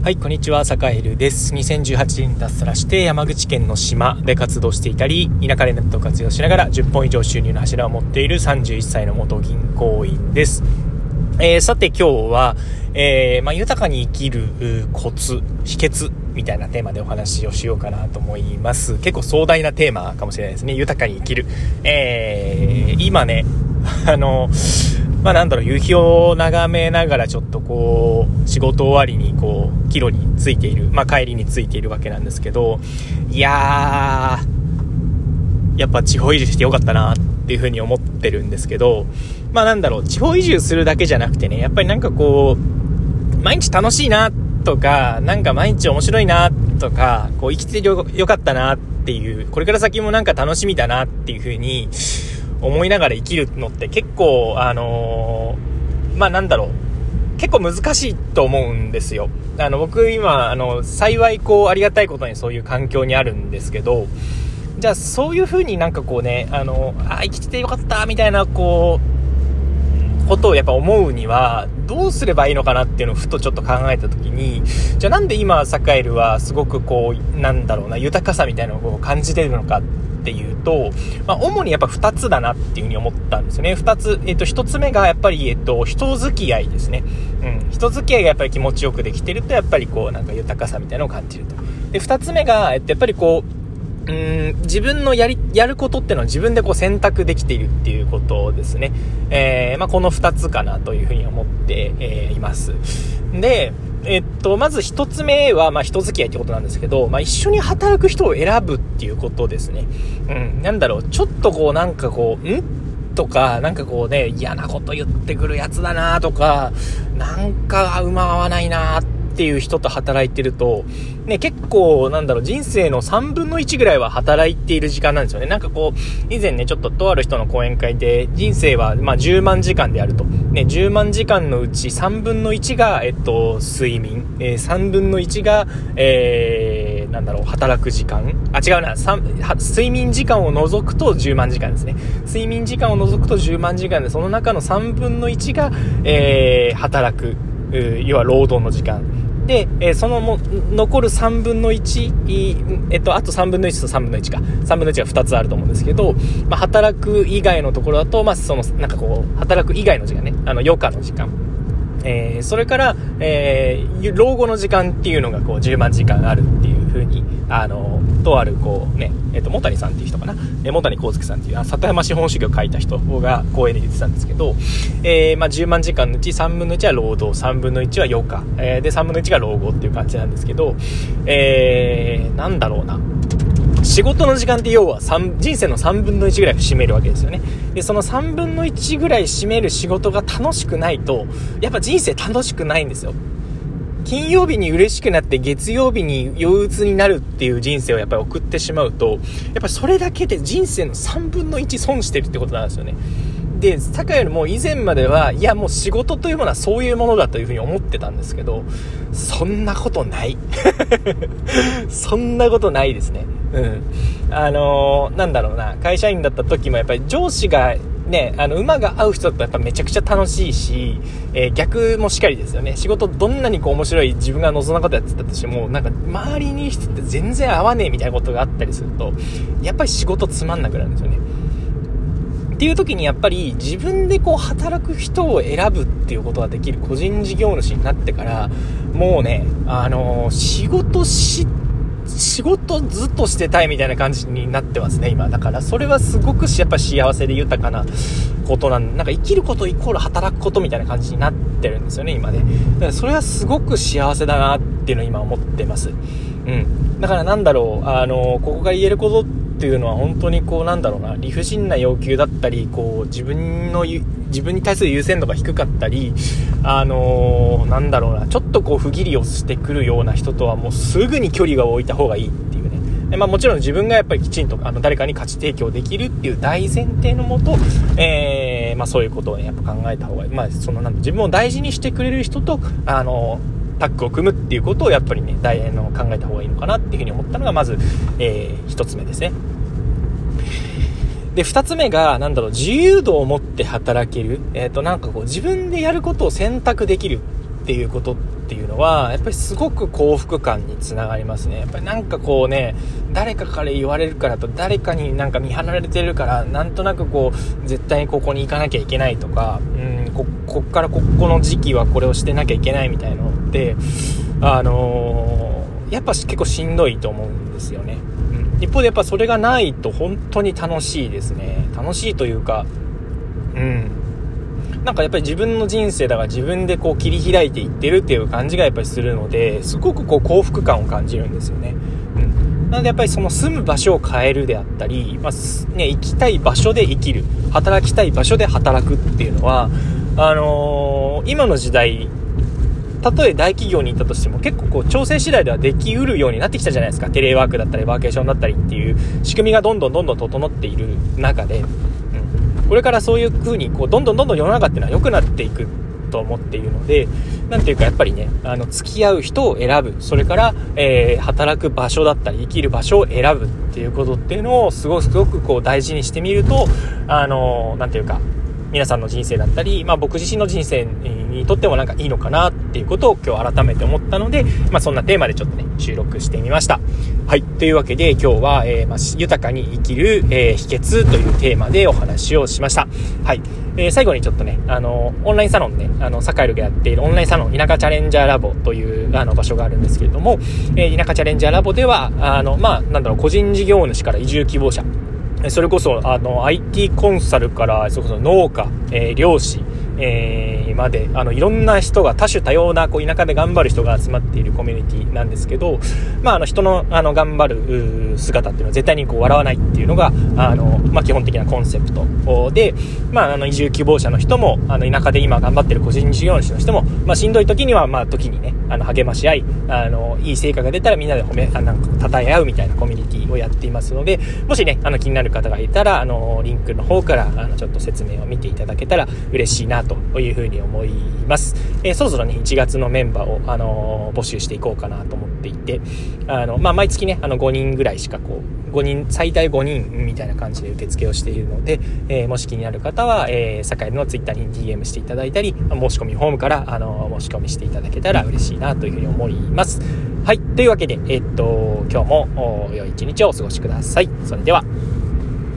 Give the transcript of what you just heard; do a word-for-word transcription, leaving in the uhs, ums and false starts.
はい、こんにちは、坂井です。にせんじゅうはちねんに脱サラして山口県の島で活動していたり、田舎でネットを活用しながらじゅっぽん以上収入の柱を持っているさんじゅういっさいの元銀行員です。えー、さて今日は、えーまあ、豊かに生きるコツ、秘訣みたいなテーマでお話をしようかなと思います。結構壮大なテーマかもしれないですね。豊かに生きる。えー、今ね、あの、まあなんだろう、夕日を眺めながらちょっとこう、仕事終わりにこう、帰路についている、まあ帰りについているわけなんですけど、いやー、やっぱ地方移住してよかったなっていうふうに思ってるんですけど、まあなんだろう、地方移住するだけじゃなくてね、やっぱりなんかこう、毎日楽しいなとか、なんか毎日面白いなとか、こう生きてて よ, よかったなっていう、これから先もなんか楽しみだなっていうふうに思いながら生きるのって結構あのー、まあなんだろう、結構難しいと思うんですよ。あの僕今あの幸いこうありがたいことにそういう環境にあるんですけど、じゃあそういう風になんかこうね、あのあ生きててよかったみたいなこうことをやっぱ思うにはどうすればいいのかなっていうのをふとちょっと考えた時に、じゃあなんで今サカエルはすごくこうなんだろうな、豊かさみたいなのを感じてるのかっていうと、まあ、主にやっぱふたつだなっていう風に思ったんですよね。ふたつ、えっと、ひとつめがやっぱり、えっと、人付き合いですね。うん。人付き合いがやっぱり気持ちよくできてると、やっぱりこう、なんか豊かさみたいなのを感じると。で、ふたつめが、えっと、やっぱりこう、うーん、自分のやり、やることっていうのは自分でこう選択できているっていうことですね。えー、まあ、このふたつかなというふうに思って、えー、います。で、えっと、まず一つ目は、まあ、人付き合いってことなんですけど、まあ、一緒に働く人を選ぶっていうことですね。うん、なんだろう、ちょっとこう、なんかこう、んとか、なんかこうね、嫌なこと言ってくるやつだなとか、なんかうま合わないなっていう人と働いてると、ね、結構、なんだろう、人生のさんぶんのいちぐらいは働いている時間なんですよね。なんかこう、以前ね、ちょっととある人の講演会で、人生は、まあ、じゅうまんじかんであると。ね、じゅうまんじかんのうちさんぶんのいちが、えっと、睡眠。えー、さんぶんのいちが、えー、なんだろう、働く時間。あ、違うな、睡眠時間を除くとじゅうまんじかんですね。睡眠時間を除くとじゅうまんじかんで、その中のさんぶんのいちが、えー、働く。要は労働の時間。で、えー、そのも残るさんぶんのいち、えっと、あとさんぶんのいちとさんぶんのいちか。さんぶんのいちがふたつあると思うんですけど、まあ、働く以外のところだと、まあ、その、なんかこう、働く以外の時間ね、あの、余暇の時間。えー、それから、えー、老後の時間っていうのがこうじゅうまんじかんあるっていう風に、あの、とあるこうね、えっと、もたにさんっていう人かな、えー、もたにこうすけさんっていう、あ、里山資本主義を書いた人が講演で言ってたんですけど、えー、まあ、じゅうまんじかんのうちさんぶんのいちは労働、さんぶんのいちは余暇、えー、で、さんぶんのいちが老後っていう感じなんですけど、えー、なんだろうな。仕事の時間って要は人生のさんぶんのいちぐらい占めるわけですよね。で、そのさんぶんのいちぐらい占める仕事が楽しくないと、やっぱ人生楽しくないんですよ。金曜日に嬉しくなって月曜日に憂鬱になるっていう人生をやっぱり送ってしまうと、やっぱりそれだけで人生のさんぶんのいち損してるってことなんですよね。で、坂よりも以前までは、いやもう仕事というものはそういうものだというふうに思ってたんですけど、そんなことないそんなことないですね。うん。あのー、なんだろうな、会社員だった時もやっぱり上司がね、あの馬が合う人だとやっぱめちゃくちゃ楽しいし、えー、逆もしかりですよね。仕事どんなにこう面白い自分が望んだことやってたとしても、なんか周りに人って全然合わねえみたいなことがあったりすると、やっぱり仕事つまんなくなるんですよね。っていう時にやっぱり自分でこう働く人を選ぶっていうことができる個人事業主になってから、もうね、あのー、仕事し仕事ずっとしてたいみたいな感じになってますね今。だからそれはすごくやっぱ幸せで豊かなことなん、なんか生きることイコール働くことみたいな感じになってるんですよね今ね。だからそれはすごく幸せだなっていうのを今思ってます。うん。だからなんだろう、あのー、ここが言えることっていうのは本当にこうなんだろうな、理不尽な要求だったり、こう自分の自分に対する優先度が低かったり、あのー、なんだろうな、ちょっとこう不義理をしてくるような人とはもうすぐに距離が置いた方がいいっていうね。で、まあもちろん自分がやっぱりきちんとあの誰かに価値提供できるっていう大前提のもと、えー、まあそういうことをねやっぱ考えた方がいい。まあそのなん自分を大事にしてくれる人とあのー、タッグを組むっていうことをやっぱりね大の考えた方がいいのかなっていうふうに思ったのがまず、えー、一つ目ですね。で、二つ目が、なんだろう、自由度を持って働ける。えっと、なんかこう、自分でやることを選択できるっっていうことっていうのはやっぱりすごく幸福感につながりますね。やっぱりなんかこうね、誰かから言われるからと誰かになんか見張られてるからなんとなくこう絶対にここに行かなきゃいけないとか、うん、こ, こっからここの時期はこれをしてなきゃいけないみたいなのってあのー、やっぱ結構しんどいと思うんですよね。うん、一方でやっぱそれがないと本当に楽しいですね。楽しいというか、うんなんかやっぱり自分の人生だから自分でこう切り開いていってるっていう感じがやっぱりするので、すごくこう幸福感を感じるんですよね。うん、なのでやっぱりその住む場所を変えるであったり、まあね、行きたい場所で生きる、働きたい場所で働くっていうのはあのー、今の時代たとえ大企業にいたとしても結構こう調整次第ではできうるようになってきたじゃないですか。テレワークだったりワーケーションだったりっていう仕組みがどんどんどんどん整っている中で、これからそういう風にこうどんどんどんどん世の中っていうのは良くなっていくと思っているので、なんていうかやっぱりね、あの付き合う人を選ぶ、それから、えー、働く場所だったり生きる場所を選ぶっていうことっていうのをすごくすごくこう大事にしてみると、あのなんていうか皆さんの人生だったり、まあ、僕自身の人生にとってもなんかいいのかなっていうことを今日改めて思ったので、まあ、そんなテーマでちょっとね収録してみました。はい、というわけで今日は、えーまあ、豊かに生きる、えー、秘訣というテーマでお話をしました。はい、えー、最後にちょっとねあのオンラインサロンね、あのサカエルがやっているオンラインサロン田舎チャレンジャーラボというあの場所があるんですけれども、えー、田舎チャレンジャーラボではあのまあなんだろう個人事業主から移住希望者、それこそあの アイティー コンサルからそれこそ農家、えー、漁師、えー、まであのいろんな人が多種多様なこう田舎で頑張る人が集まっているコミュニティなんですけど、まあ、あの人のあの頑張る姿っていうのは絶対にこう笑わないっていうのがあの、まあ、基本的なコンセプトで、まあ、あの移住希望者の人もあの田舎で今頑張ってる個人事業主の人も、まあ、しんどい時にはまあ時にねあの励まし合いあのいい成果が出たらみんなで褒めあなんか称え合うみたいなコミュニティをやっていますので、もしねあの気になる方がいたらあのリンクの方からあのちょっと説明を見ていただけたら嬉しいなというふうに思います。えー、そろそろねいちがつのメンバーを、あのー、募集していこうかなと思っていて、あの、まあ、毎月ねあのごにんぐらいしかこうごにん最大ごにんみたいな感じで受付をしているので、えー、もし気になる方は、えー、サカエルのツイッターに ディーエム していただいたり申し込みフォームから、あのー、申し込みしていただけたら嬉しいなというふうに思います。はい、というわけで、えー、っと今日も良い一日をお過ごしください。それでは。